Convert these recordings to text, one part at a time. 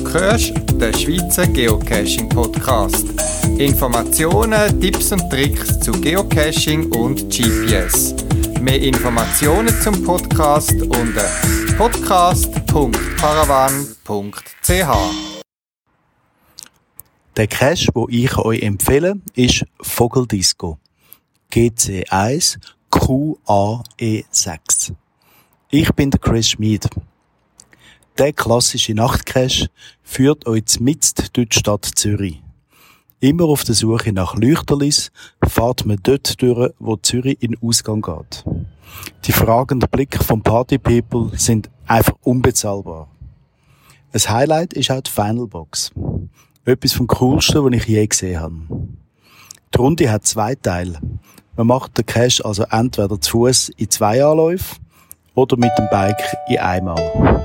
hörst den Schweizer Geocaching-Podcast. Informationen, Tipps und Tricks zu Geocaching und GPS. Mehr Informationen zum Podcast unter podcast.paravan.ch. Der Cache, den ich euch empfehle, ist Vogeldisco. GC1 QAE6. Ich bin der Chris Schmid. Der klassische Nachtcache führt euch mitten durch die Stadt Zürich. Immer auf der Suche nach Leuchterlis fährt man dort durch, wo Zürich in den Ausgang geht. Die fragenden Blicke vom Party-People sind einfach unbezahlbar. Ein Highlight ist auch die Finalbox. Etwas vom Coolsten, was ich je gesehen habe. Die Runde hat 2 Teile. Man macht den Cache also entweder zu Fuß in 2 Anläufen oder mit dem Bike in einmal.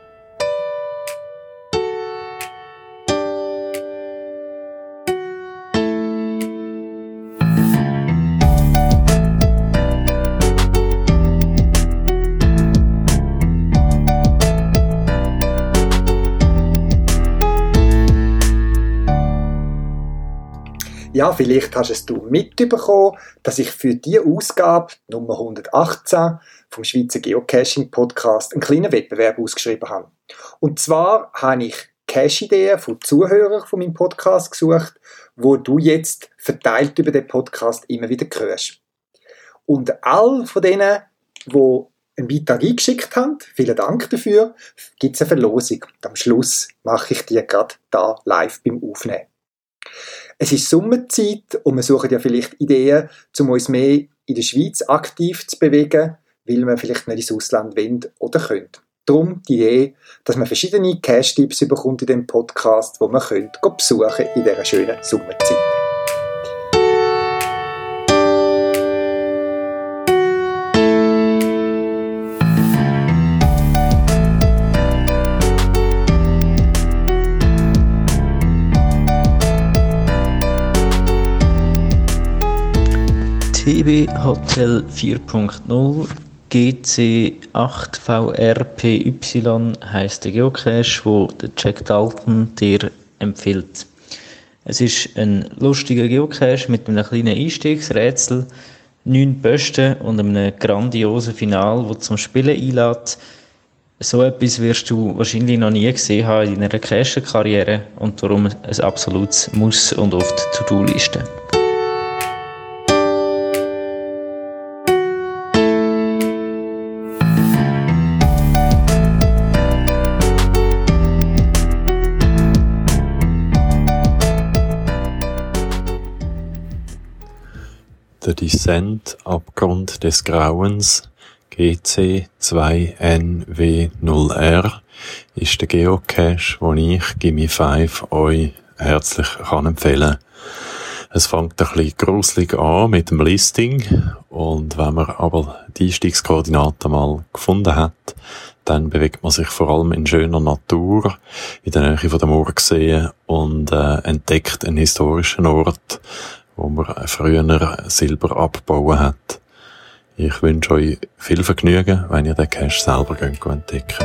Ja, vielleicht hast du es mitbekommen, dass ich für diese Ausgabe, Nummer 118 vom Schweizer Geocaching-Podcast, einen kleinen Wettbewerb ausgeschrieben habe. Und zwar habe ich Cache-Ideen von Zuhörern von meinem Podcast gesucht, wo du jetzt verteilt über den Podcast immer wieder hörst. Und all von denen, die einen Beitrag eingeschickt haben, vielen Dank dafür, gibt es eine Verlosung. Und am Schluss mache ich die gerade da live beim Aufnehmen. Es ist Sommerzeit und wir suchen ja vielleicht Ideen, um uns mehr in der Schweiz aktiv zu bewegen, weil wir vielleicht nicht ins Ausland wollen oder können. Darum die Idee, dass man verschiedene Cache-Tipps bekommt in dem Podcast, die man besuchen in dieser schönen Sommerzeit. TB Hotel 4.0 GC8VRPY heisst der Geocache, wo der Jack Dalton dir empfiehlt. Es ist ein lustiger Geocache mit einem kleinen Einstiegsrätsel, 9 Posten und einem grandiosen Finale, das zum Spielen einlädt. So etwas wirst du wahrscheinlich noch nie gesehen haben in deiner Cache-Karriere und darum ein absolutes Muss und auf die To-Do-Liste. Der Descent Abgrund des Grauens GC2NW0R ist der Geocache, den ich Gimme 5 euch herzlich empfehlen kann. Es fängt ein bisschen gruselig an mit dem Listing und wenn man aber die Einstiegskoordinaten mal gefunden hat, dann bewegt man sich vor allem in schöner Natur, in der Nähe von der Murgsee und entdeckt einen historischen Ort, wo man früher Silber abgebaut hat. Ich wünsche euch viel Vergnügen, wenn ihr den Cache selber entdecken.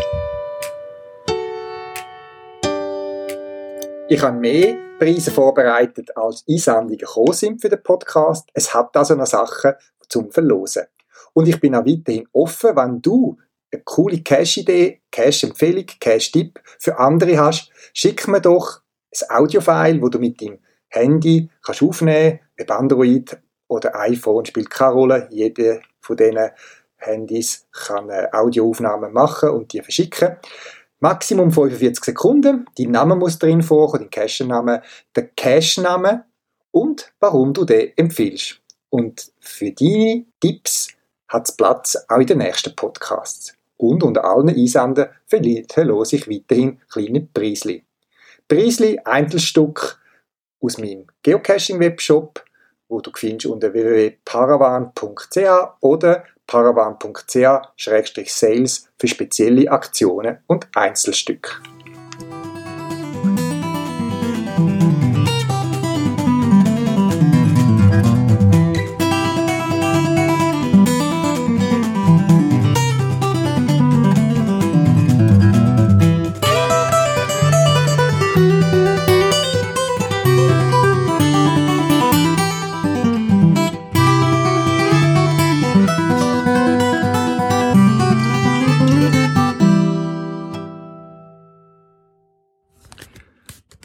Ich habe mehr Preise vorbereitet, als Einsendungen gekommen sind für den Podcast. Es hat also noch Sachen zum Verlosen. Und ich bin auch weiterhin offen, wenn du eine coole Cache-Idee, Cache-Empfehlung, Cache-Tipp für andere hast, schick mir doch ein Audiofile, das du mit deinem Handy kannst aufnehmen, ob Android oder iPhone, spielt keine Rolle. Jede von diesen Handys kann eine Audioaufnahme machen und die verschicken. Maximum 45 Sekunden. Dein Name muss drin vorkommen, dein Cache-Name, der Cache-Name und warum du den empfiehlst. Und für deine Tipps hat es Platz auch in den nächsten Podcasts. Und unter allen Einsendern verlose ich weiterhin kleine Preisli. Preisli, Einzelstück aus meinem Geocaching-Webshop, wo du findest unter www.paravan.ch oder paravan.ch/sales für spezielle Aktionen und Einzelstücke.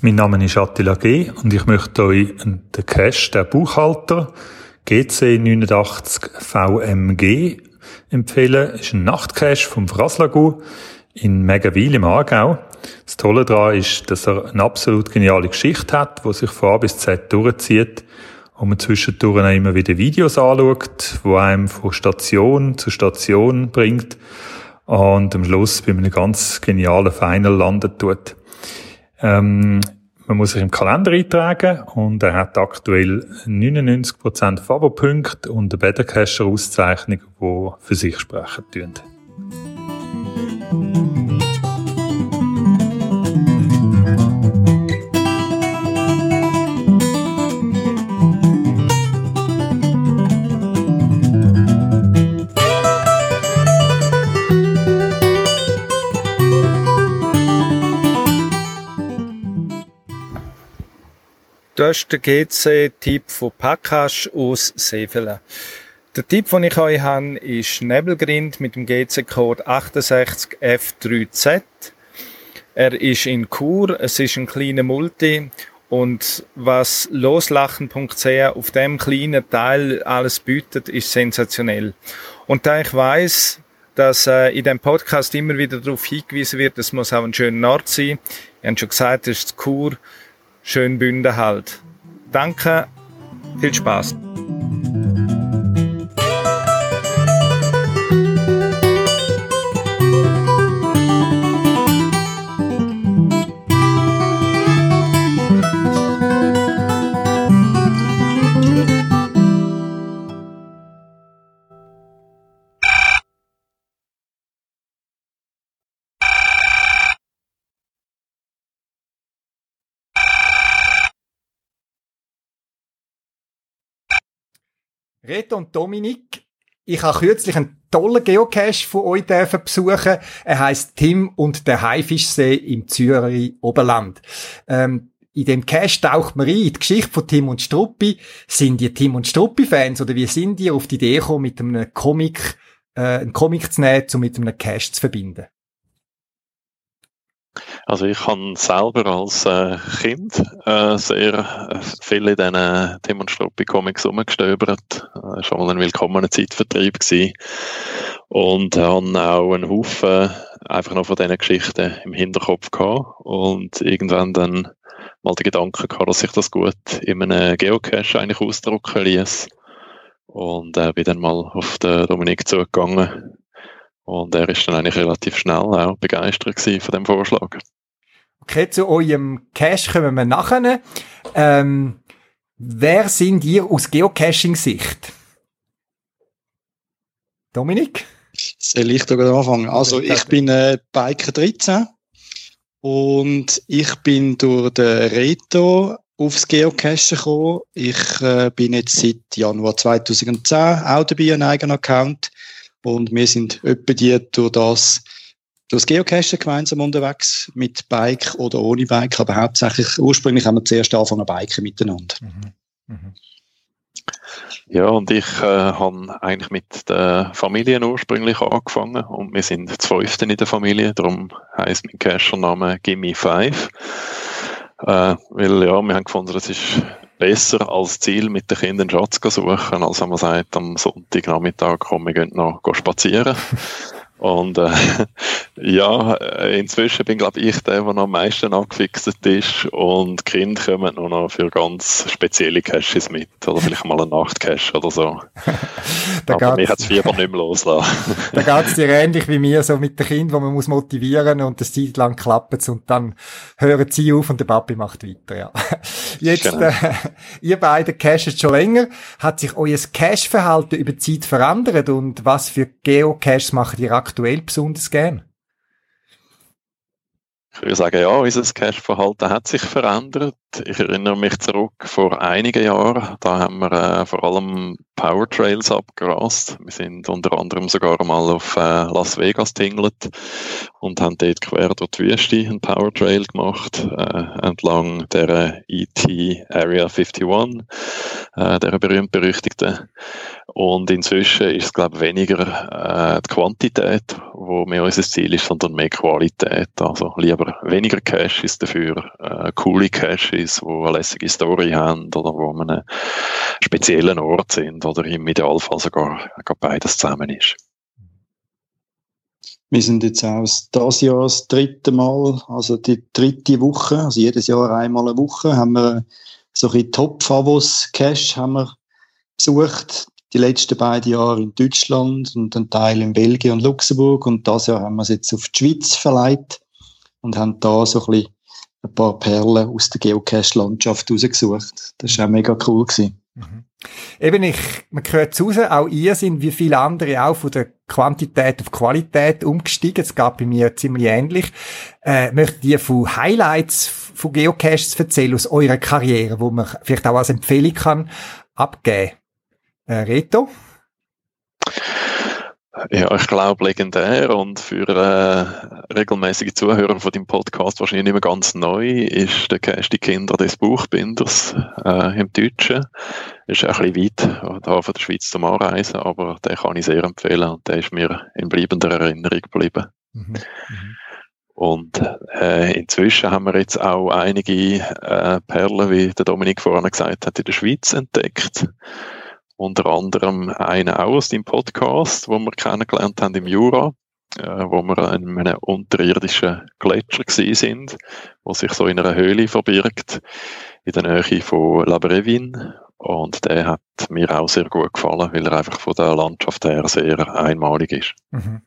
Mein Name ist Attila G. und ich möchte euch den Cache, der Buchhalter, GC89 VMG, empfehlen. Das ist ein Nachtcache vom Fraslagu in Megawil im Aargau. Das Tolle daran ist, dass er eine absolut geniale Geschichte hat, die sich von A bis Z durchzieht und man zwischendurch auch immer wieder Videos anschaut, die einem von Station zu Station bringt und am Schluss bei einem ganz genialen Final landen tut. Man muss sich im Kalender eintragen und er hat aktuell 99% Fabo-Punkte und eine Beta-Cacher-Auszeichnung, die für sich sprechen tun. Das ist der GC-Tipp von Pakash aus Seefeld. Der Tipp, den ich euch habe, ist Nebelgrind mit dem GC-Code 68F3Z. Er ist in Chur, es ist ein kleiner Multi und was loslachen.ch auf dem kleinen Teil alles bietet, ist sensationell. Und da ich weiss, dass in dem Podcast immer wieder darauf hingewiesen wird, es muss auch ein schöner Ort sein. Ich habe schon gesagt, es ist Chur. Schön Bünden halt. Danke, viel Spaß. Reto und Dominik, ich habe kürzlich einen tollen Geocache von euch besuchen. Er heisst Tim und der Haifischsee im Zürich Oberland. In dem Cache taucht man rein in die Geschichte von Tim und Struppi. Sind die Tim und Struppi-Fans oder wie sind die auf die Idee gekommen, mit einem Comic, einen Comic zu nehmen, um mit einem Cache zu verbinden? Also ich habe selber als Kind sehr viel in diesen Tim und Struppi Comics rumgestöbert. Schon mal ein willkommener Zeitvertreib gewesen. Und habe auch einen Haufen einfach noch von diesen Geschichten im Hinterkopf gehabt. Und irgendwann dann mal den Gedanken gehabt, dass ich das gut in einem Geocache eigentlich ausdrucken ließ. Und bin dann mal auf den Dominik zugegangen. Und er ist dann eigentlich relativ schnell auch begeistert gewesen von dem Vorschlag. Okay, zu eurem Cache kommen wir nachher. Wer sind ihr aus Geocaching-Sicht? Dominik? Soll ich da gerade anfangen? Also ich bin Biker 13 und ich bin durch den Reto aufs Geocachen gekommen. Ich bin jetzt seit Januar 2010 auch dabei, einen eigenen Account. Und wir sind etwa durch das Geocachen gemeinsam unterwegs, mit Bike oder ohne Bike, aber hauptsächlich, ursprünglich haben wir zuerst angefangen zu biken miteinander. Ja, und ich habe eigentlich mit der Familie ursprünglich angefangen und wir sind das 5. in der Familie, darum heisst mein Cacher-Name Gimme 5. Weil ja, wir haben gefunden, es ist besser als Ziel mit den Kindern Schatz zu suchen, als wenn man sagt, am Sonntagnachmittag komm, wir gehen noch spazieren. Und ja, inzwischen bin, glaube ich, der noch am meisten angefixt ist und die Kinder kommen nur noch für ganz spezielle Caches mit. Oder vielleicht mal einen Nachtcache oder so. Aber mich hat das Fieber nicht mehr loslassen. Da geht es dir ähnlich wie mir, so mit den Kindern, wo man muss motivieren und das Zeit lang klappt und dann hören sie auf und der Papi macht weiter. Ja. Jetzt, genau. Ihr beide cachet schon länger. Hat sich euer Cache-Verhalten über die Zeit verändert und was für Geocaches macht ihr aktuell besonders gern? Ich würde sagen, ja, unser Cache-Verhalten hat sich verändert. Ich erinnere mich zurück vor einigen Jahren. Da haben wir vor allem Powertrails abgerast. Wir sind unter anderem sogar mal auf Las Vegas tingelt und haben dort quer durch die Wüste einen Powertrail gemacht, entlang der ET Area 51, der berühmt-berüchtigten. Und inzwischen ist es, glaube ich, weniger die Quantität, wo mehr unser Ziel ist, sondern mehr Qualität. Also lieber aber weniger Caches dafür, coole Caches, die eine lässige Story haben oder wo an einem speziellen Ort sind oder im Idealfall sogar beides zusammen ist. Wir sind jetzt auch dieses Jahr das 3. Mal, also die 3. Woche, also jedes Jahr einmal eine Woche, haben wir so ein bisschen Top-Favos-Cache haben wir besucht. Die letzten beiden Jahre in Deutschland und ein Teil in Belgien und Luxemburg. Und dieses Jahr haben wir es jetzt auf die Schweiz verlegt und haben da so ein bisschen ein paar Perlen aus der Geocache-Landschaft rausgesucht. Das war auch mega cool gewesen. Mhm. Eben, man hört raus, auch ihr sind wie viele andere auch von der Quantität auf Qualität umgestiegen. Es geht bei mir ziemlich ähnlich. Möchtet ihr von Highlights von Geocaches erzählen aus eurer Karriere, wo man vielleicht auch als Empfehlung kann abgeben? Reto? Ja, ich glaube legendär und für regelmäßige Zuhörer von dem Podcast wahrscheinlich nicht mehr ganz neu ist der Cache Die Kinder des Buchbinders im Deutschen. Ist ein bisschen weit da von der Schweiz zum Anreisen, aber den kann ich sehr empfehlen und der ist mir in bleibender Erinnerung geblieben. Mhm. Und inzwischen haben wir jetzt auch einige Perlen, wie der Dominik vorhin gesagt hat, in der Schweiz entdeckt. Unter anderem einen auch aus dem Podcast, wo wir kennengelernt haben im Jura, wo wir in einem unterirdischen Gletscher gewesen sind, wo sich so in einer Höhle verbirgt, in der Nähe von La Brevine. Und der hat mir auch sehr gut gefallen, weil er einfach von der Landschaft her sehr einmalig ist. Mhm.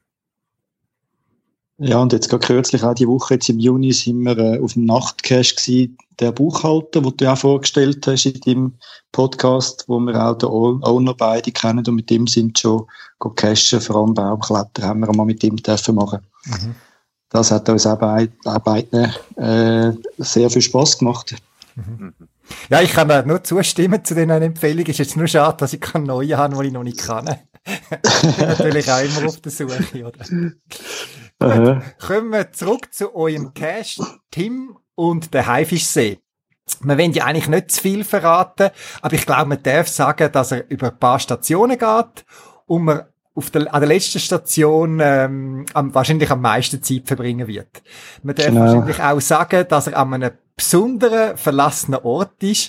Ja, und jetzt gerade kürzlich, auch die Woche, jetzt im Juni, sind wir auf dem Nachtcache gewesen, der Buchhalter, den du auch vorgestellt hast in deinem Podcast, wo wir auch den Owner beide kennen und mit ihm sind schon cachen, vor allem Baumklettern, haben wir mal mit ihm dürfen machen. Mhm. Das hat uns auch beiden sehr viel Spass gemacht. Mhm. Ja, ich kann nur zustimmen zu den Empfehlungen. Ist jetzt nur schade, dass ich keine neue habe, die ich noch nicht kann. Ich bin natürlich auch immer auf der Suche, oder? Gut, kommen wir zurück zu eurem Cache, Tim und der Haifischsee. Wir wollen ja eigentlich nicht zu viel verraten, aber ich glaube, man darf sagen, dass er über ein paar Stationen geht und man an der letzten Station wahrscheinlich am meisten Zeit verbringen wird. Man darf wahrscheinlich auch sagen, dass er an einem besonderen, verlassenen Ort ist.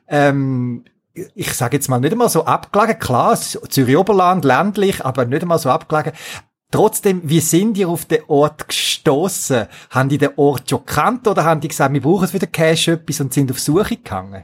Ich sage jetzt mal nicht einmal so abgelegen, klar, Zürich-Oberland, ländlich, aber nicht einmal so abgelegen. Trotzdem, wie sind ihr auf den Ort gestossen? Haben die den Ort schon gekannt oder haben die gesagt, wir brauchen für den Cache etwas und sind auf Suche gegangen?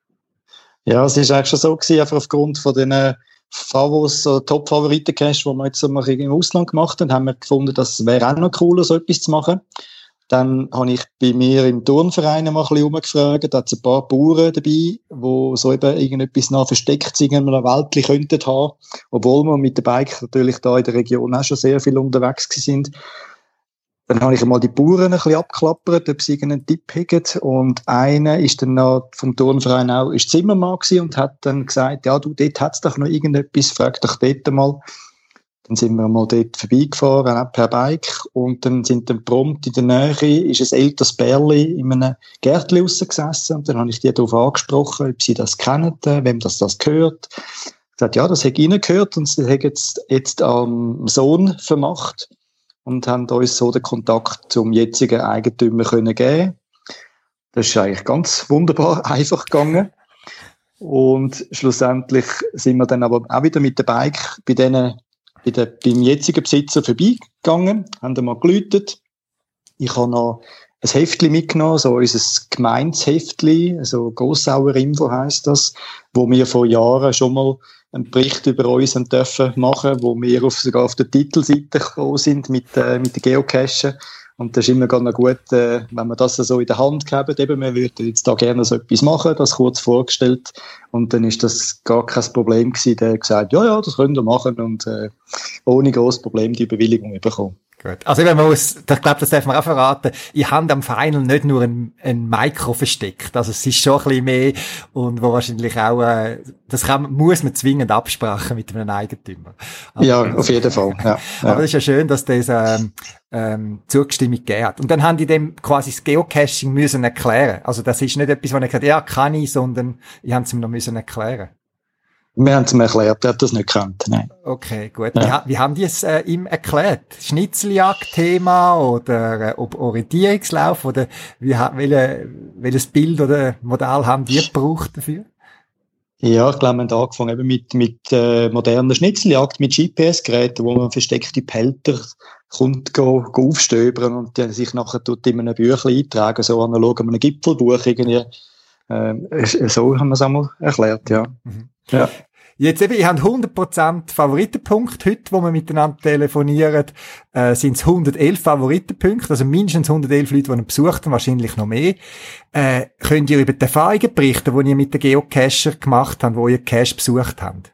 Ja, es ist eigentlich schon so gewesen, einfach aufgrund von den Favos, so Top-Favoriten-Cache, die wir jetzt so mal im Ausland gemacht haben wir gefunden, das wäre auch noch cooler, so etwas zu machen. Dann habe ich bei mir im Turnverein mal ein bisschen rumgefragt, da hat es ein paar Bauern dabei, die so eben irgendetwas noch versteckt in einer Welt könnten haben, obwohl wir mit den Bike natürlich da in der Region auch schon sehr viel unterwegs sind. Dann habe ich einmal die Bauern ein bisschen abgeklappert, ob sie irgendeinen Tipp haben. Und einer ist dann noch vom Turnverein auch, ist Zimmermann gewesen und hat dann gesagt, ja du, dort hat's doch noch irgendetwas, frag doch dort mal. Dann sind wir mal dort vorbeigefahren, auch per Bike. Und dann sind dann prompt in der Nähe, ist ein älteres Bärli in einem Gärtchen rausgesessen. Und dann habe ich die darauf angesprochen, ob sie das kennen, wem das gehört. Ich gesagt, ja, das hat ihnen gehört und sie haben jetzt am Sohn vermacht. Und haben uns so den Kontakt zum jetzigen Eigentümer können geben. Das ist eigentlich ganz wunderbar einfach gegangen. Und schlussendlich sind wir dann aber auch wieder mit der Bike beim jetzigen Besitzer vorbeigegangen, haben dann mal geläutet. Ich habe noch ein Heftchen mitgenommen, so unser Gemeinsheftchen, also Gossauer Info heisst das, wo wir vor Jahren schon mal einen Bericht über uns dürfen machen, wo wir sogar auf der Titelseite gekommen sind mit den Geocachen. Und das ist immer ganz gut, wenn man das so in der Hand gehabt, eben, wir würden jetzt da gerne so etwas machen, das kurz vorgestellt. Und dann ist das gar kein Problem gewesen. Der hat gesagt, ja, das können wir machen und ohne grosses Problem die Bewilligung bekommen. Gut. Also ich glaube, das darf man auch verraten. Ich habe am Final nicht nur ein Mikro versteckt. Also es ist schon ein bisschen mehr und wo wahrscheinlich auch, muss man zwingend absprechen mit einem Eigentümer. Aber, ja, auf jeden Fall. Ja. Aber es ist ja schön, dass das Zustimmung gegeben hat. Und dann haben die dem quasi das Geocaching müssen erklären. Also das ist nicht etwas, wo ich gesagt habe, ja, kann ich, sondern ich habe es ihm noch müssen erklären. Wir haben es ihm erklärt, er hat das nicht gekannt, nein. Okay, gut. Ja. Wie haben die es ihm erklärt? Schnitzeljagd-Thema oder Orientierungslauf oder welches Bild oder Modell haben die gebraucht dafür? Ja, ich glaube, wir haben angefangen eben mit moderner Schnitzeljagd, mit GPS-Geräten, wo man versteckte Behälter kommt, go aufstöbern und dann sich nachher tut in einem Büchlein eintragen, so analog an einem Gipfelbuch irgendwie. So haben wir es einmal erklärt, ja. Mhm. Ja. Jetzt eben, ihr habt 100% Favoritenpunkte heute, wo wir miteinander telefonieren, sind es 111 Favoritenpunkte, also mindestens 111 Leute, die ihn besucht haben, wahrscheinlich noch mehr. Könnt ihr über die Erfahrungen berichten, die ihr mit den Geocacher gemacht habt, wo ihr Cache besucht habt?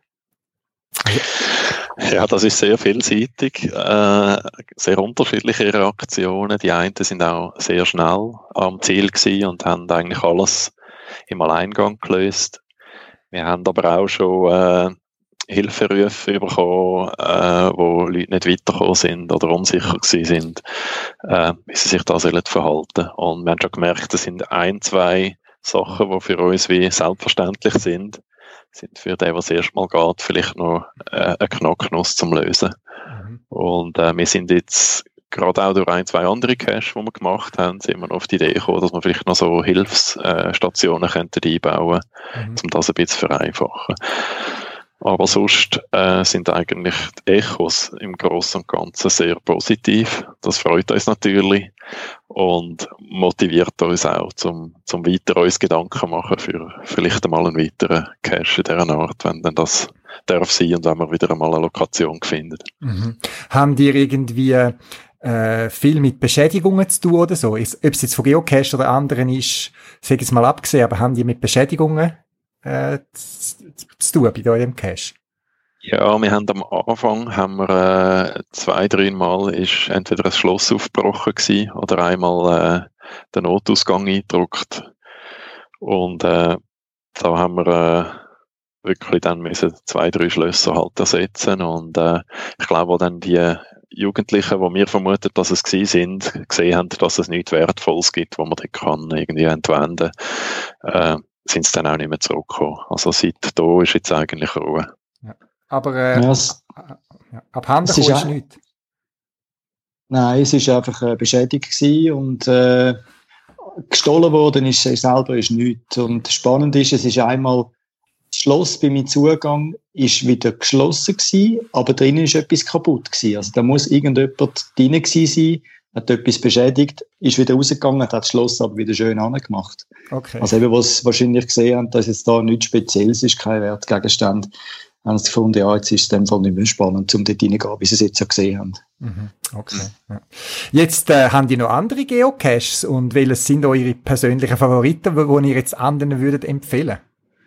Ja, das ist sehr vielseitig, sehr unterschiedliche Reaktionen. Die einen sind auch sehr schnell am Ziel gewesen und haben eigentlich alles im Alleingang gelöst. Wir haben aber auch schon Hilferufe bekommen, wo Leute nicht weitergekommen sind oder unsicher gewesen sind, wie sie sich da verhalten sollen. Und wir haben schon gemerkt, es sind 2 Sachen, die für uns wie selbstverständlich sind für den, was das erste Mal geht, vielleicht noch eine Knocknuss zum Lösen. Mhm. Und wir sind jetzt gerade auch durch 2 andere Caches, die wir gemacht haben, sind wir auf die Idee gekommen, dass wir vielleicht noch so Hilfsstationen einbauen könnten, um das ein bisschen zu vereinfachen. Aber sonst sind eigentlich die Echos im Großen und Ganzen sehr positiv. Das freut uns natürlich und motiviert uns auch, zum weiter uns Gedanken machen für vielleicht einmal einen weiteren Cache in dieser Art, wenn dann das darf sein und wenn wir wieder einmal eine Lokation finden. Mhm. Haben die irgendwie viel mit Beschädigungen zu tun oder so? Ob es jetzt von Geocache oder anderen ist, sage ich es mal abgesehen, aber haben die mit Beschädigungen zu tun bei eurem Cache? Ja, wir haben am Anfang 2-3 Mal ist entweder ein Schloss aufgebrochen gewesen oder einmal den Notausgang eingedrückt. Und da haben wir wirklich dann müssen 2-3 Schlösser halt ersetzen. Und ich glaube, wo dann die Jugendlichen, die wir vermuten, dass es gewesen sind, gesehen haben, dass es nichts Wertvolles gibt, wo man dort kann irgendwie entwenden, sind sie dann auch nicht mehr zurückgekommen. Also seit da ist jetzt eigentlich Ruhe. Ja. Aber abhanden ist nichts? Nein, es war einfach beschädigt gewesen und gestohlen worden ist selber ist nichts. Und spannend ist, es ist einmal das Schloss bei meinem Zugang ist wieder geschlossen gewesen, aber drinnen ist etwas kaputt gewesen. Also da muss irgendjemand drin gewesen sein, hat etwas beschädigt, ist wieder rausgegangen, hat das Schloss aber wieder schön angemacht. Okay. Also eben, was wahrscheinlich gesehen haben, dass jetzt da nichts Spezielles ist, kein Wertgegenstand, haben sie gefunden, ja, jetzt ist es in dem Fall nicht mehr spannend, um dort reingehen, wie sie es jetzt ja gesehen haben. Mhm. Okay. Ja. Jetzt haben die noch andere Geocaches und welches sind eure persönlichen Favoriten, die ihr jetzt anderen würdet empfehlen?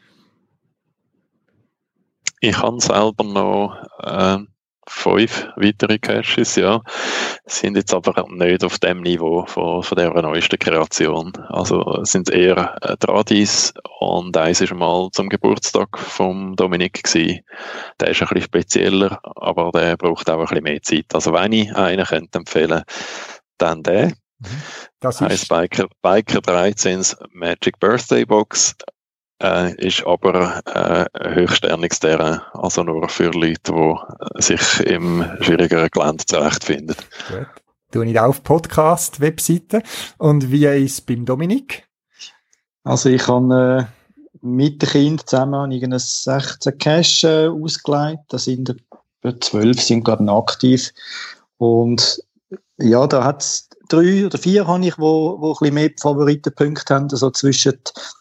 Ich habe selber noch 5 weitere Caches, ja. Sind jetzt aber nicht auf dem Niveau von der neuesten Kreation. Also es sind eher Tradis und eins ist mal zum Geburtstag vom Dominik gewesen. Der ist ein bisschen spezieller, aber der braucht auch ein bisschen mehr Zeit. Also wenn ich einen könnte empfehlen, dann der. Das heisst Biker 13's Magic Birthday Box. Ist aber höchststerniges Terrain, also nur für Leute, die sich im schwierigeren Gelände zurechtfinden. Gut. Tue ich auf Podcast-Webseite. Und wie ist es beim Dominik? Also ich habe mit dem Kind zusammen 16 Cache ausgelegt. Da sind etwa 12 sind gerade noch aktiv. Und ja, da hat es 3 oder 4 habe ich, wo ein bisschen mehr Favoritenpunkte haben, also zwischen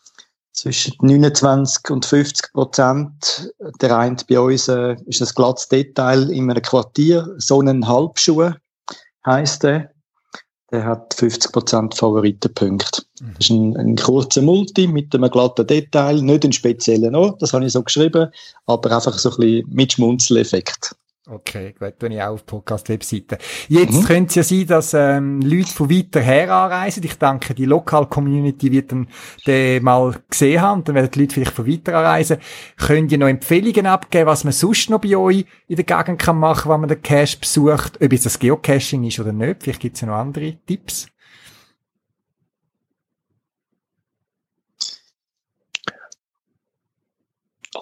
29 und 50%. Der eine bei uns ist ein glattes Detail in einem Quartier. Sonnenhalbschuh heisst der. Der hat 50% Favoritenpunkte. Das ist ein kurzer Multi mit einem glatten Detail. Nicht ein spezieller noch, das habe ich so geschrieben, aber einfach so ein bisschen mit Schmunzeleffekt. Okay, gut, tue ich auch auf Podcast-Webseite. Jetzt könnte es ja sein, dass Leute von weiter her anreisen. Ich denke, die Lokal-Community wird dann den mal gesehen haben und dann werden die Leute vielleicht von weiter anreisen. Könnt ihr noch Empfehlungen abgeben, was man sonst noch bei euch in der Gegend kann machen, wenn man den Cache besucht, ob jetzt das Geocaching ist oder nicht? Vielleicht gibt es ja noch andere Tipps.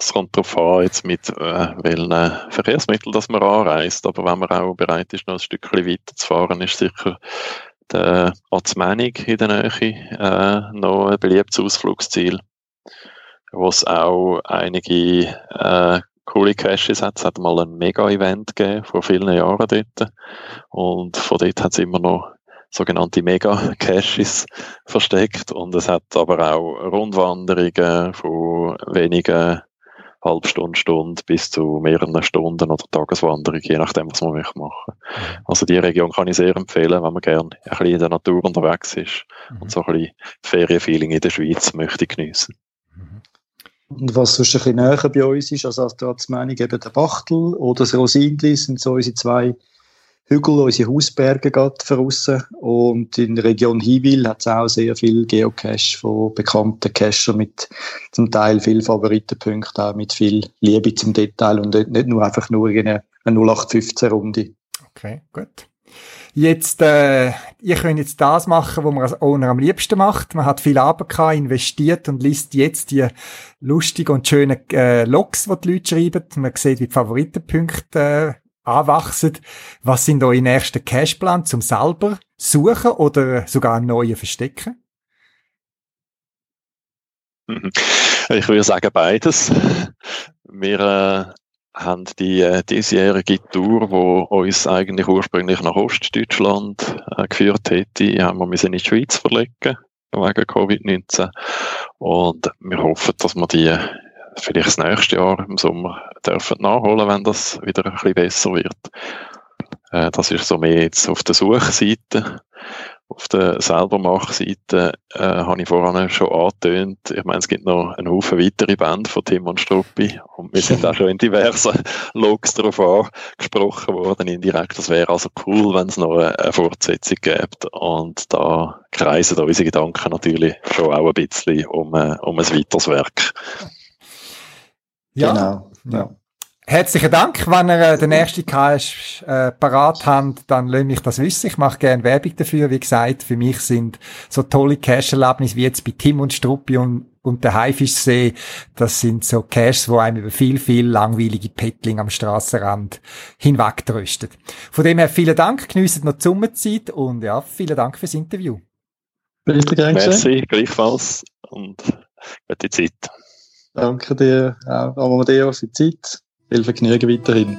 Es kommt darauf an, jetzt mit welchen Verkehrsmitteln dass man anreist. Aber wenn man auch bereit ist, noch ein Stückchen weiter zu fahren, ist sicher der Azmenig in der Nähe noch ein beliebtes Ausflugsziel, wo es auch einige coole Caches hat. Es hat mal ein Mega-Event gegeben, vor vielen Jahren dort. Und von dort hat es immer noch sogenannte Mega-Caches versteckt. Und es hat aber auch Rundwanderungen von wenigen Halbstunden bis zu mehreren Stunden oder Tageswanderung, je nachdem, was man möchte machen. Also die Region kann ich sehr empfehlen, wenn man gerne ein bisschen in der Natur unterwegs ist und so ein bisschen Ferienfeeling in der Schweiz möchte geniessen. Und was sonst ein bisschen näher bei uns ist, also als der Meinung eben der Bachtel oder das Rosindli, sind so unsere zwei Hügel, unsere Hausberge gerade draussen. Und in der Region Hiwil hat es auch sehr viel Geocache von bekannten Cacher mit zum Teil viel Favoritenpunkten, auch mit viel Liebe zum Detail und nicht nur einfach nur eine 0815-Runde. Okay, gut. Jetzt, ihr könnt jetzt das machen, was man als Owner am liebsten macht. Man hat viel Arbeit gehabt, investiert und liest jetzt die lustigen und schönen Logs, die Leute schreiben. Man sieht, wie die Favoritenpunkte anwachsen. Was sind eure nächsten Cachepläne zum selber suchen oder sogar einen neuen verstecken? Ich würde sagen beides. Wir haben die diesjährige Tour, die uns eigentlich ursprünglich nach Ostdeutschland geführt hätte, haben wir in die Schweiz verlegen, wegen Covid-19. Und wir hoffen, dass wir die vielleicht das nächste Jahr im Sommer dürfen nachholen, wenn das wieder ein bisschen besser wird. Das ist so mehr jetzt auf der Suchseite. Auf der Selbermachseite habe ich vorhin schon angetönt. Ich meine, es gibt noch einen Haufen weitere Bände von Tim und Struppi und wir sind auch schon in diversen Logs darauf angesprochen worden, indirekt. Das wäre also cool, wenn es noch eine Fortsetzung gibt. Und da kreisen unsere Gedanken natürlich schon auch ein bisschen um ein weiteres Werk. Ja, genau. Ja. Herzlichen Dank. Wenn ihr den nächsten Cache parat habt, dann lasst mich das wissen. Ich mache gerne Werbung dafür. Wie gesagt, für mich sind so tolle Cache-Erlebnisse wie jetzt bei Tim und Struppi und der Haifischsee, das sind so Caches, die einem über viel langweilige Paddling am Strassenrand hinwegtrösten. Von dem her vielen Dank, geniessen noch die Sommerzeit und ja, vielen Dank fürs Interview. Merci, gleichfalls und gute Zeit. Danke dir, auch Amadeo, für die Zeit. Viel Vergnügen weiterhin.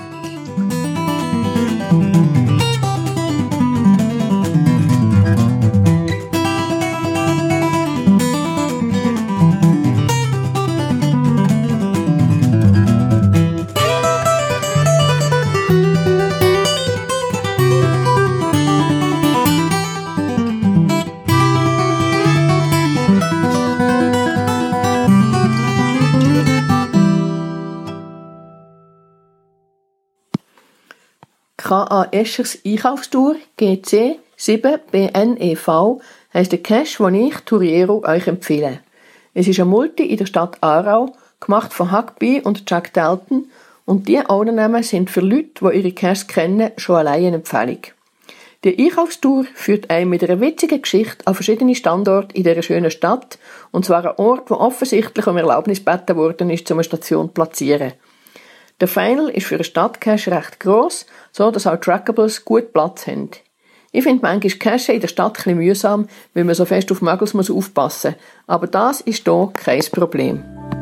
KA Eschers Einkaufstour GC 7BNEV heisst der Cache, den ich, Touriero, euch empfehle. Es ist ein Multi in der Stadt Aarau, gemacht von Huckbee und Jack Dalton, und die Ownernamen sind für Leute, die ihre Caches kennen, schon allein eine Empfehlung. Die Einkaufstour führt einen mit einer witzigen Geschichte an verschiedene Standorte in dieser schönen Stadt, und zwar ein Ort, wo offensichtlich um Erlaubnis gebeten worden ist, um eine Station zu platzieren. Der Final ist für einen Stadtcache recht gross, so dass auch Trackables gut Platz haben. Ich finde manchmal Cache in der Stadt ein bisschen mühsam, weil man so fest auf Muggels muss aufpassen. Aber das ist hier kein Problem.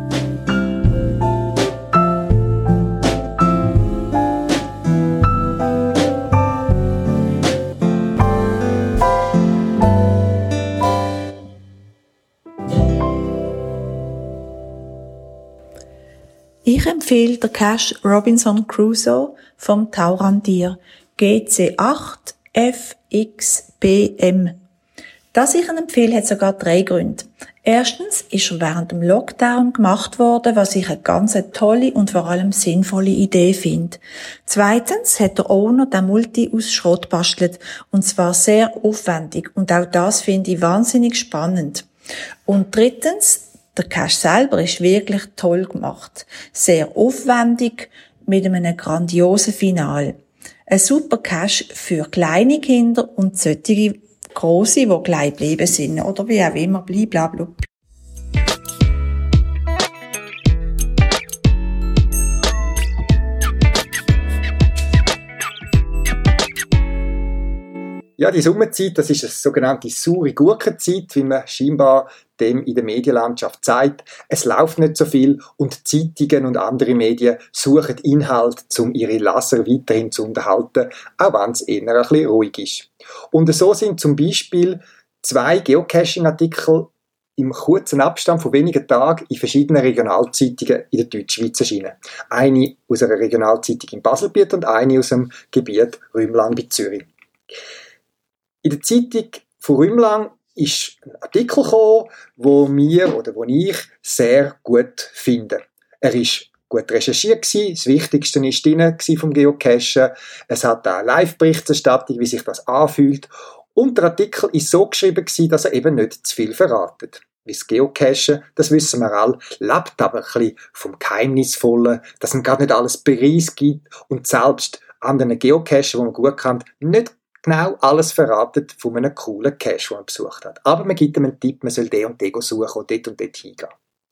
Ich empfehle den Cache Robinson Crusoe vom Taurantier GC8FXBM. Dass ich ihn empfehle, hat sogar 3 Gründe. Erstens ist er während dem Lockdown gemacht worden, was ich eine ganz tolle und vor allem sinnvolle Idee finde. Zweitens hat der Owner den Multi aus Schrott bastelt, und zwar sehr aufwendig, und auch das finde ich wahnsinnig spannend. Und drittens, der Cache selber ist wirklich toll gemacht. Sehr aufwendig, mit einem grandiosen Finale. Ein super Cache für kleine Kinder und solche grosse, die gleich bleiben sind. Oder wie auch immer, blablabla. Ja, die Sommerzeit, das ist eine sogenannte saure Gurkenzeit, wie man scheinbar dem in der Medienlandschaft zeigt. Es läuft nicht so viel und Zeitungen und andere Medien suchen Inhalt, um ihre Leser weiterhin zu unterhalten, auch wenn es eher ein bisschen ruhig ist. Und so sind zum Beispiel 2 Geocaching-Artikel im kurzen Abstand von wenigen Tagen in verschiedenen Regionalzeitungen in der Deutschschweiz erschienen. Eine aus einer Regionalzeitung in Baselbiet und eine aus dem Gebiet Rümlang bei Zürich. In der Zeitung von Rümlang ist ein Artikel gekommen, wo ich sehr gut finde. Er ist gut recherchiert gewesen. Das Wichtigste war drin vom Geocachen. Es hat eine Live-Berichterstattung, wie sich das anfühlt. Und der Artikel ist so geschrieben gewesen, dass er eben nicht zu viel verratet. Wie das Geocachen, das wissen wir alle, lebt aber ein bisschen vom Geheimnisvollen, dass man gar nicht alles preisgibt und selbst anderen Geocachen, die man gut kennt, nicht genau alles verratet von einem coolen Cache, den man besucht hat. Aber man gibt ihm einen Tipp, man soll den und den suchen und dort hingehen.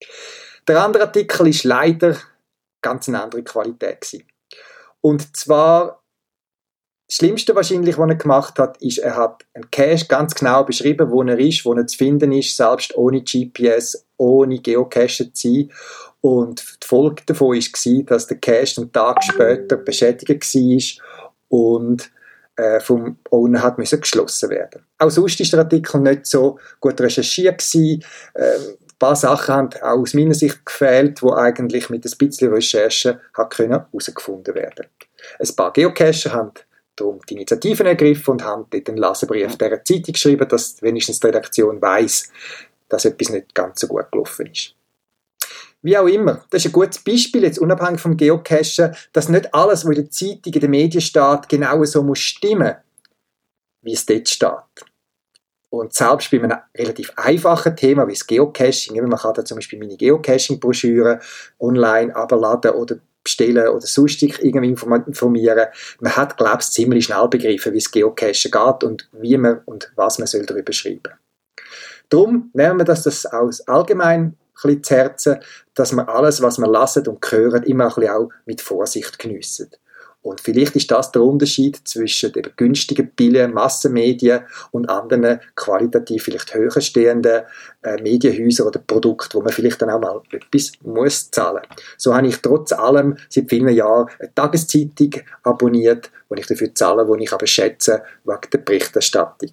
Der andere Artikel ist leider ganz eine andere Qualität gewesen. Und zwar, das Schlimmste wahrscheinlich, was er gemacht hat, ist, er hat einen Cache ganz genau beschrieben, wo er ist, wo er zu finden ist, selbst ohne GPS, ohne Geocache zu sein. Und die Folge davon war, dass der Cache einen Tag später beschädigt war und vom Owner hat müssen geschlossen werden. Auch sonst ist der Artikel nicht so gut recherchiert gewesen. Ein paar Sachen haben auch aus meiner Sicht gefehlt, die eigentlich mit ein bisschen Recherche herausgefunden werden. Ein paar Geocacher haben darum die Initiativen ergriffen und haben dort einen Leserbrief dieser Zeitung geschrieben, dass wenigstens die Redaktion weiss, dass etwas nicht ganz so gut gelaufen ist. Wie auch immer, das ist ein gutes Beispiel, jetzt unabhängig vom Geocachen, dass nicht alles, was in der Zeitung, in den Medien steht, genau so muss stimmen, wie es dort steht. Und selbst bei einem relativ einfachen Thema wie das Geocaching, man kann da zum Beispiel meine Geocaching-Broschüre online abladen oder bestellen oder sonst irgendwie informieren. Man hat, glaube ich, ziemlich schnell begriffen, wie das Geocachen geht und wie man und was man soll darüber schreiben soll. Darum nehmen wir das aus allgemein ein bisschen zu Herzen, dass wir alles, was wir lesen und hören, immer ein bisschen auch mit Vorsicht geniessen. Und vielleicht ist das der Unterschied zwischen den günstigen, billigen Massenmedien und anderen qualitativ vielleicht höher stehenden Medienhäusern oder Produkten, wo man vielleicht dann auch mal etwas muss zahlen. So habe ich trotz allem seit vielen Jahren eine Tageszeitung abonniert, wo ich dafür zahle, wo ich aber schätze, wegen der Berichterstattung.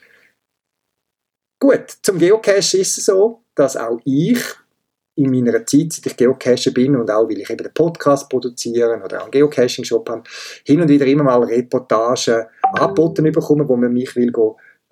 Gut, zum Geocachen ist es so, dass auch ich in meiner Zeit, seit ich Geocacher bin und auch, weil ich eben den Podcast produziere oder auch einen Geocaching-Shop habe, hin und wieder immer mal Reportagen angeboten bekommen, wo man mich will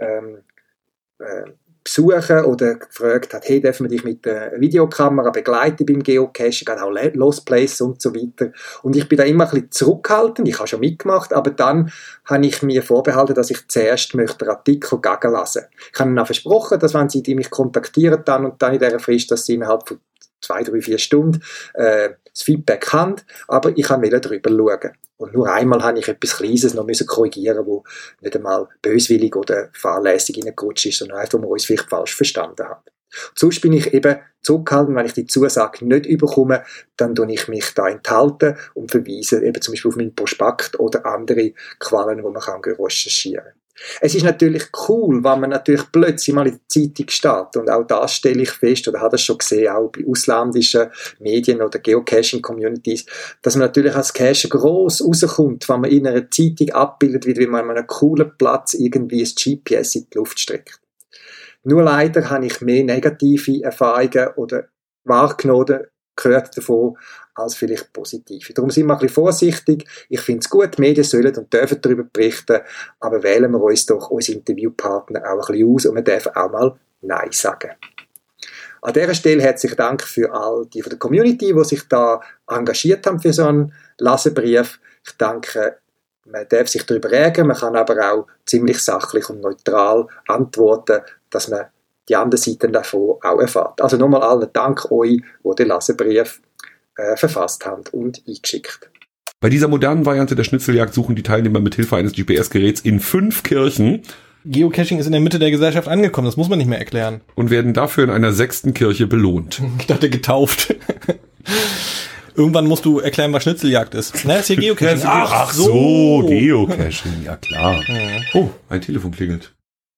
besuchen oder gefragt hat, hey, dürfen wir dich mit der Videokamera begleiten beim Geocachen, gerade auch Lost Place und so weiter. Und ich bin da immer ein bisschen zurückhaltend, ich habe schon mitgemacht, aber dann habe ich mir vorbehalten, dass ich zuerst möchte den Artikel gegenlesen. Ich habe ihnen auch versprochen, dass wenn sie mich kontaktieren dann und dann in dieser Frist, dass sie innerhalb von 2, 3, 4 Stunden das Feedback haben, aber ich wollte drüber schauen. Und nur einmal habe ich etwas Kleines noch korrigieren müssen, das nicht einmal böswillig oder fahrlässig reingerutscht ist, sondern einfach, wo wir uns vielleicht falsch verstanden haben. Und sonst bin ich eben zurückgehalten, wenn ich die Zusage nicht überkomme, dann tue ich mich da enthalten und verweise eben zum Beispiel auf meinen Prospekt oder andere Quellen, wo man kann recherchieren kann. Es ist natürlich cool, wenn man natürlich plötzlich mal in der Zeitung steht. Und auch das stelle ich fest, oder habe das schon gesehen, auch bei ausländischen Medien oder Geocaching-Communities, dass man natürlich als Cacher gross rauskommt, wenn man in einer Zeitung abbildet, wie man an einem coolen Platz irgendwie ein GPS in die Luft streckt. Nur leider habe ich mehr negative Erfahrungen oder wahrgenommen, gehört davon, als vielleicht positive. Darum sind wir ein bisschen vorsichtig. Ich finde es gut, die Medien sollen und dürfen darüber berichten, aber wählen wir uns doch unsere Interviewpartner auch ein bisschen aus und wir dürfen auch mal Nein sagen. An dieser Stelle herzlichen Dank für all die von der Community, die sich da engagiert haben für so einen Leserbrief. Ich denke, man darf sich darüber ärgern, man kann aber auch ziemlich sachlich und neutral antworten, dass man die andere Seite davon auch erfahrt. Also nochmal allen Dank euch, die den Leserbrief verfasst haben und eingeschickt. Bei dieser modernen Variante der Schnitzeljagd suchen die Teilnehmer mit Hilfe eines GPS-Geräts in 5 Kirchen. Geocaching ist in der Mitte der Gesellschaft angekommen, das muss man nicht mehr erklären. Und werden dafür in einer 6. Kirche belohnt. Ich dachte getauft. Irgendwann musst du erklären, was Schnitzeljagd ist. Ne, ist hier Geocaching. Ach so, Geocaching, ja klar. Oh, ein Telefon klingelt.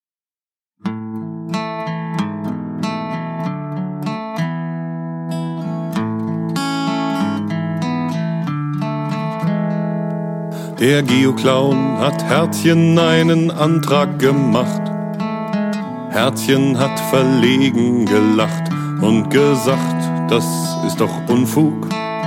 Der Geoclown hat Herzchen einen Antrag gemacht. Herzchen hat verlegen gelacht und gesagt, das ist doch Unfug.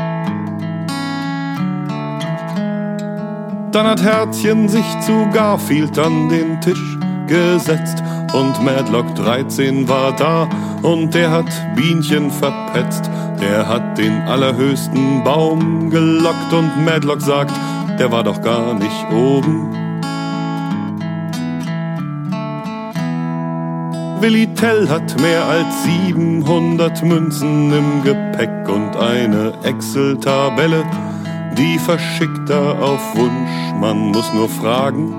Dann hat Herzchen sich zu Garfield an den Tisch gesetzt und Madlock 13 war da und der hat Bienchen verpetzt. Der hat den allerhöchsten Baum gelockt und Madlock sagt, der war doch gar nicht oben. Willi Tell hat mehr als 700 Münzen im Gepäck und eine Excel-Tabelle, die verschickt er auf Wunsch, man muss nur fragen.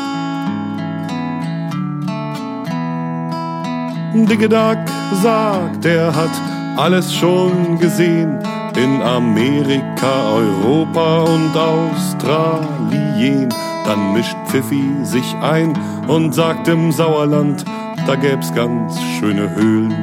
Dicke Duck sagt, er hat alles schon gesehen. In Amerika, Europa und Australien. Dann mischt Pfiffi sich ein und sagt im Sauerland, da gäb's ganz schöne Höhlen.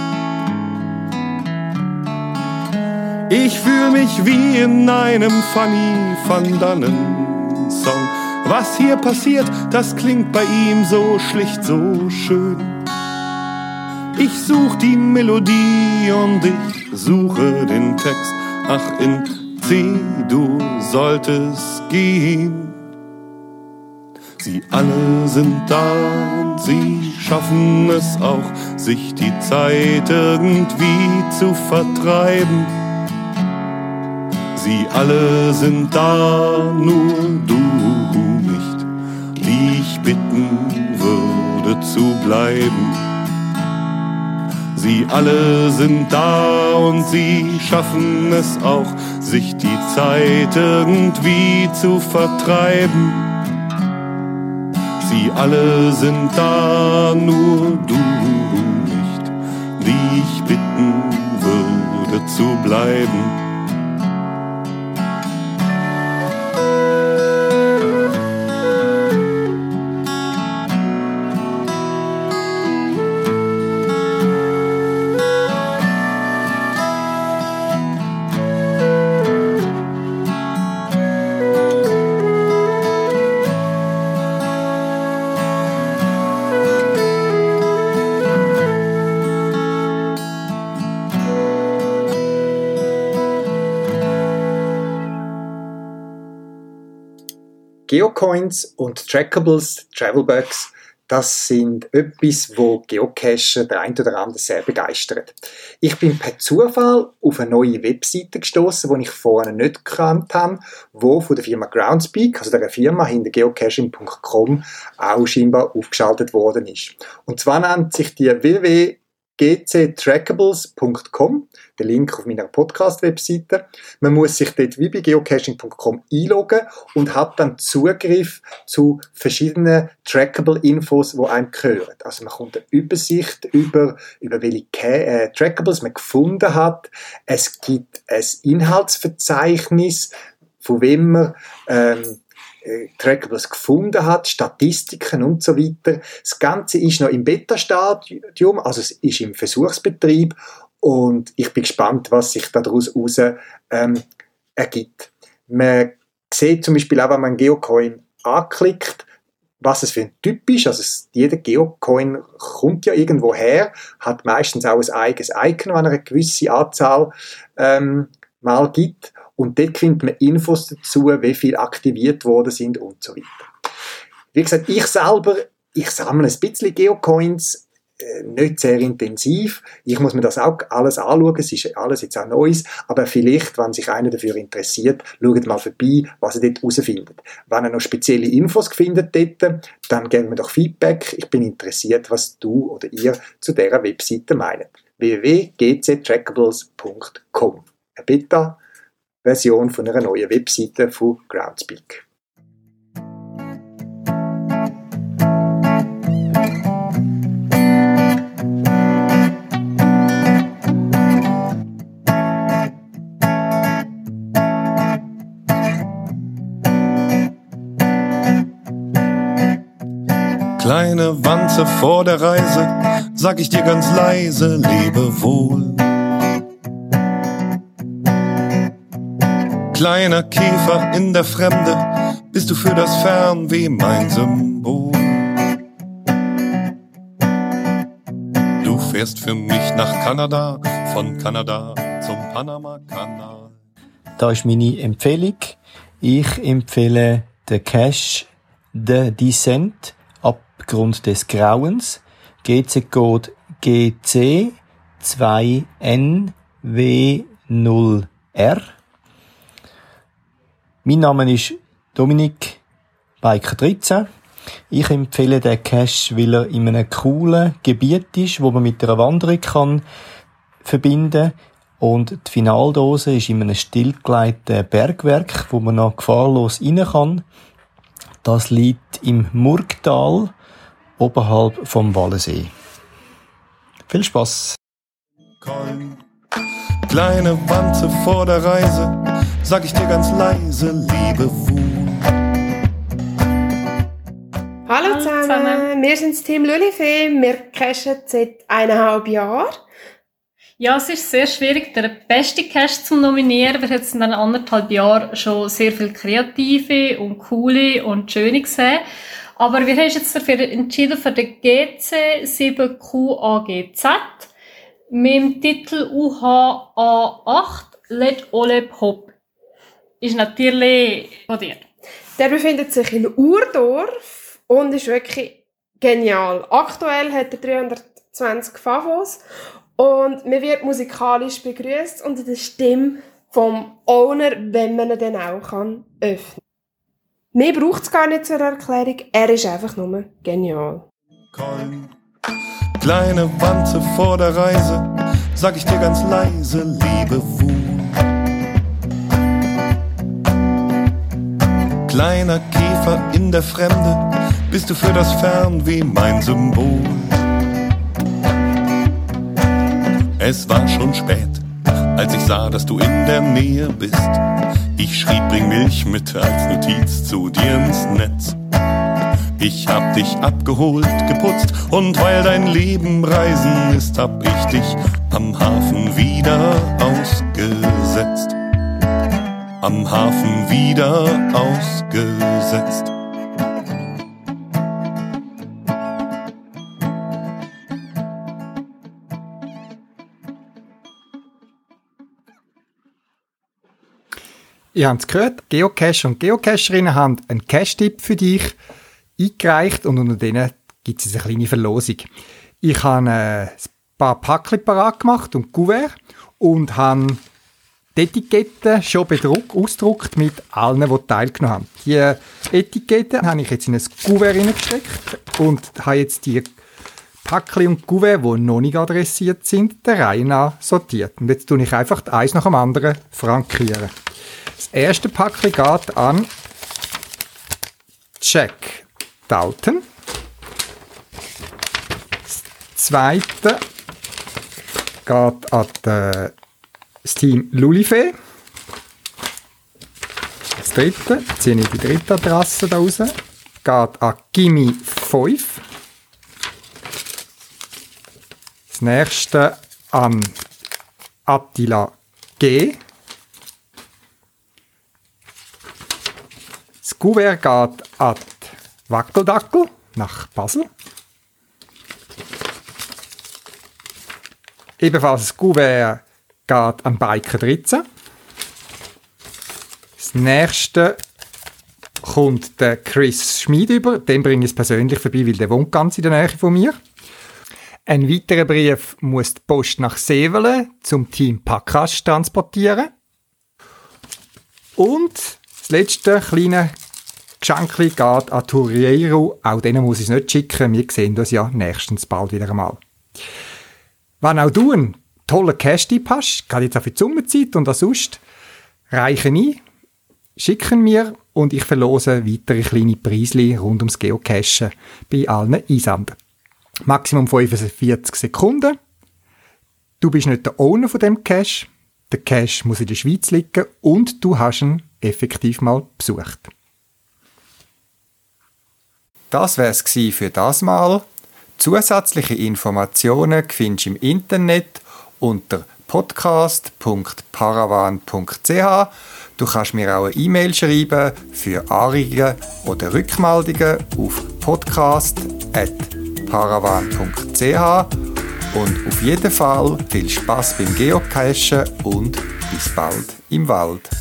Ich fühl mich wie in einem Fanny van Dannen Song. Was hier passiert, das klingt bei ihm so schlicht, so schön. Ich such die Melodie und ich suche den Text. Ach, in C, du solltest gehen. Sie alle sind da und sie schaffen es auch, sich die Zeit irgendwie zu vertreiben. Sie alle sind da, nur du nicht, die ich bitten würde zu bleiben. Sie alle sind da und sie schaffen es auch, sich die Zeit irgendwie zu vertreiben. Sie alle sind da, nur du nicht, die ich bitten würde zu bleiben. Geocoins und Trackables, Travelbugs, das sind etwas, wo Geocacher der ein oder andere sehr begeistert. Ich bin per Zufall auf eine neue Webseite gestoßen, die ich vorher nicht gekannt habe, die von der Firma Groundspeak, also der Firma hinter geocaching.com, auch scheinbar aufgeschaltet worden ist. Und zwar nennt sich die www.gctrackables.com, der Link auf meiner Podcast-Webseite. Man muss sich dort wie bei geocaching.com einloggen und hat dann Zugriff zu verschiedenen Trackable-Infos, die einem gehören. Also man kommt eine Übersicht über welche Trackables man gefunden hat. Es gibt ein Inhaltsverzeichnis, von wem man Trackables gefunden hat, Statistiken und so weiter. Das Ganze ist noch im Beta-Stadium, also es ist im Versuchsbetrieb und ich bin gespannt, was sich daraus ergibt. Man sieht zum Beispiel auch, wenn man einen Geocoin anklickt, was es für ein Typ ist. Also jeder Geocoin kommt ja irgendwo her, hat meistens auch ein eigenes Icon, wenn er eine gewisse Anzahl mal gibt. Und dort findet man Infos dazu, wie viel aktiviert worden sind und so weiter. Wie gesagt, ich sammle ein bisschen Geocoins, nicht sehr intensiv. Ich muss mir das auch alles anschauen, es ist alles jetzt auch Neues, aber vielleicht, wenn sich einer dafür interessiert, schaut mal vorbei, was er dort herausfindet. Wenn er noch spezielle Infos findet dort, dann gebt mir doch Feedback. Ich bin interessiert, was du oder ihr zu dieser Webseite meint. www.gctrackables.com. Eine Beta-Version von einer neuen Webseite von Groundspeak. Kleine Wanze vor der Reise, sag ich dir ganz leise, lebe wohl. Kleiner Käfer in der Fremde, bist du für das Fernweh mein Symbol. Du fährst für mich nach Kanada, von Kanada zum Panama-Kanal. Da ist meine Empfehlung. Ich empfehle den Cache The Descent, Abgrund des Grauens. GC-Code GC2NW0R. Mein Name ist Dominik Biker 13. Ich empfehle den Cache, weil er in einem coolen Gebiet ist, wo man mit einer Wanderung kann verbinden kann. Und die Finaldose ist in einem stillgelegten Bergwerk, wo man noch gefahrlos rein kann. Das liegt im Murgtal, oberhalb vom Wallensee. Viel Spass! Kleine Wanze vor der Reise, sag ich dir ganz leise, lebe wohl. Hallo zusammen, wir sind das Team Lulifee, wir cachen seit 1,5 Jahren. Ja, es ist sehr schwierig, den besten Cache zu nominieren. Wir haben jetzt in den 1,5 Jahren schon sehr viele kreative und coole und schöne gesehen. Aber wir haben uns jetzt dafür entschieden für den GC7QAGZ mit dem Titel UHA8 Let Oleb Hop. Ist natürlich kodiert. Der befindet sich in Urdorf und ist wirklich genial. Aktuell hat er 320 Favos und man wird musikalisch begrüßt unter der Stimme vom Owner, wenn man ihn dann auch öffnen kann. Mehr braucht es gar nicht zur Erklärung, er ist einfach nur genial. Kleine Wanze vor der Reise, sag ich dir ganz leise, lebe wohl. Kleiner Käfer in der Fremde, bist du für das Fernweh mein Symbol. Es war schon spät, als ich sah, dass du in der Nähe bist. Ich schrieb, bring Milch mit als Notiz zu dir ins Netz. Ich hab dich abgeholt, geputzt und weil dein Leben Reisen ist, hab ich dich am Hafen wieder ausgesetzt. Am Hafen wieder ausgesetzt. Ihr habt es gehört, Geocacher und Geocacherinnen haben einen Cache-Tipp für dich eingereicht und unter denen gibt es eine kleine Verlosung. Ich habe ein paar Päckchen parat gemacht und Kuvert und habe die Etiketten schon ausgedruckt mit allen, die teilgenommen haben. Die Etiketten habe ich jetzt in ein Kuvert reingesteckt und habe jetzt die Päckchen und Kuvert, die noch nicht adressiert sind, der Reihe nach sortiert. Und jetzt tue ich einfach eins nach dem anderen frankieren. Das erste Päckchen geht an Jack Dalton. Das zweite geht an das Team Lulifee. Das dritte, ziehe ich die dritte Adresse da raus, geht an Gimme 5. Das nächste an Attila G. Das Kuvert geht an Wackeldackel nach Basel. Ebenfalls das Kuvert geht an Biker 13. Das nächste kommt der Chris Schmid über. Den bringe ich es persönlich vorbei, weil der wohnt ganz in der Nähe von mir. Ein weiterer Brief muss die Post nach Sevelen zum Team Packasch transportieren. Und das letzte kleine Geschenkli geht an Turiero. Auch denen muss ich es nicht schicken. Wir sehen uns ja nächstens bald wieder einmal. Wenn auch du einen tollen Cache-Tipp hast, gerade jetzt auch für die Sommerzeit und auch sonst, reichen ein, schicken mir und ich verlose weitere kleine Preisli rund ums Geocachen bei allen Einsendern. Maximum 45 Sekunden. Du bist nicht der Owner von dem Cache. Der Cache muss in der Schweiz liegen und du hast ihn effektiv mal besucht. Das wär's für das Mal. Zusätzliche Informationen findest du im Internet unter podcast.paravan.ch. Du kannst mir auch eine E-Mail schreiben für Anregungen oder Rückmeldungen auf podcast.paravan.ch. Und auf jeden Fall viel Spaß beim Geocachen und bis bald im Wald.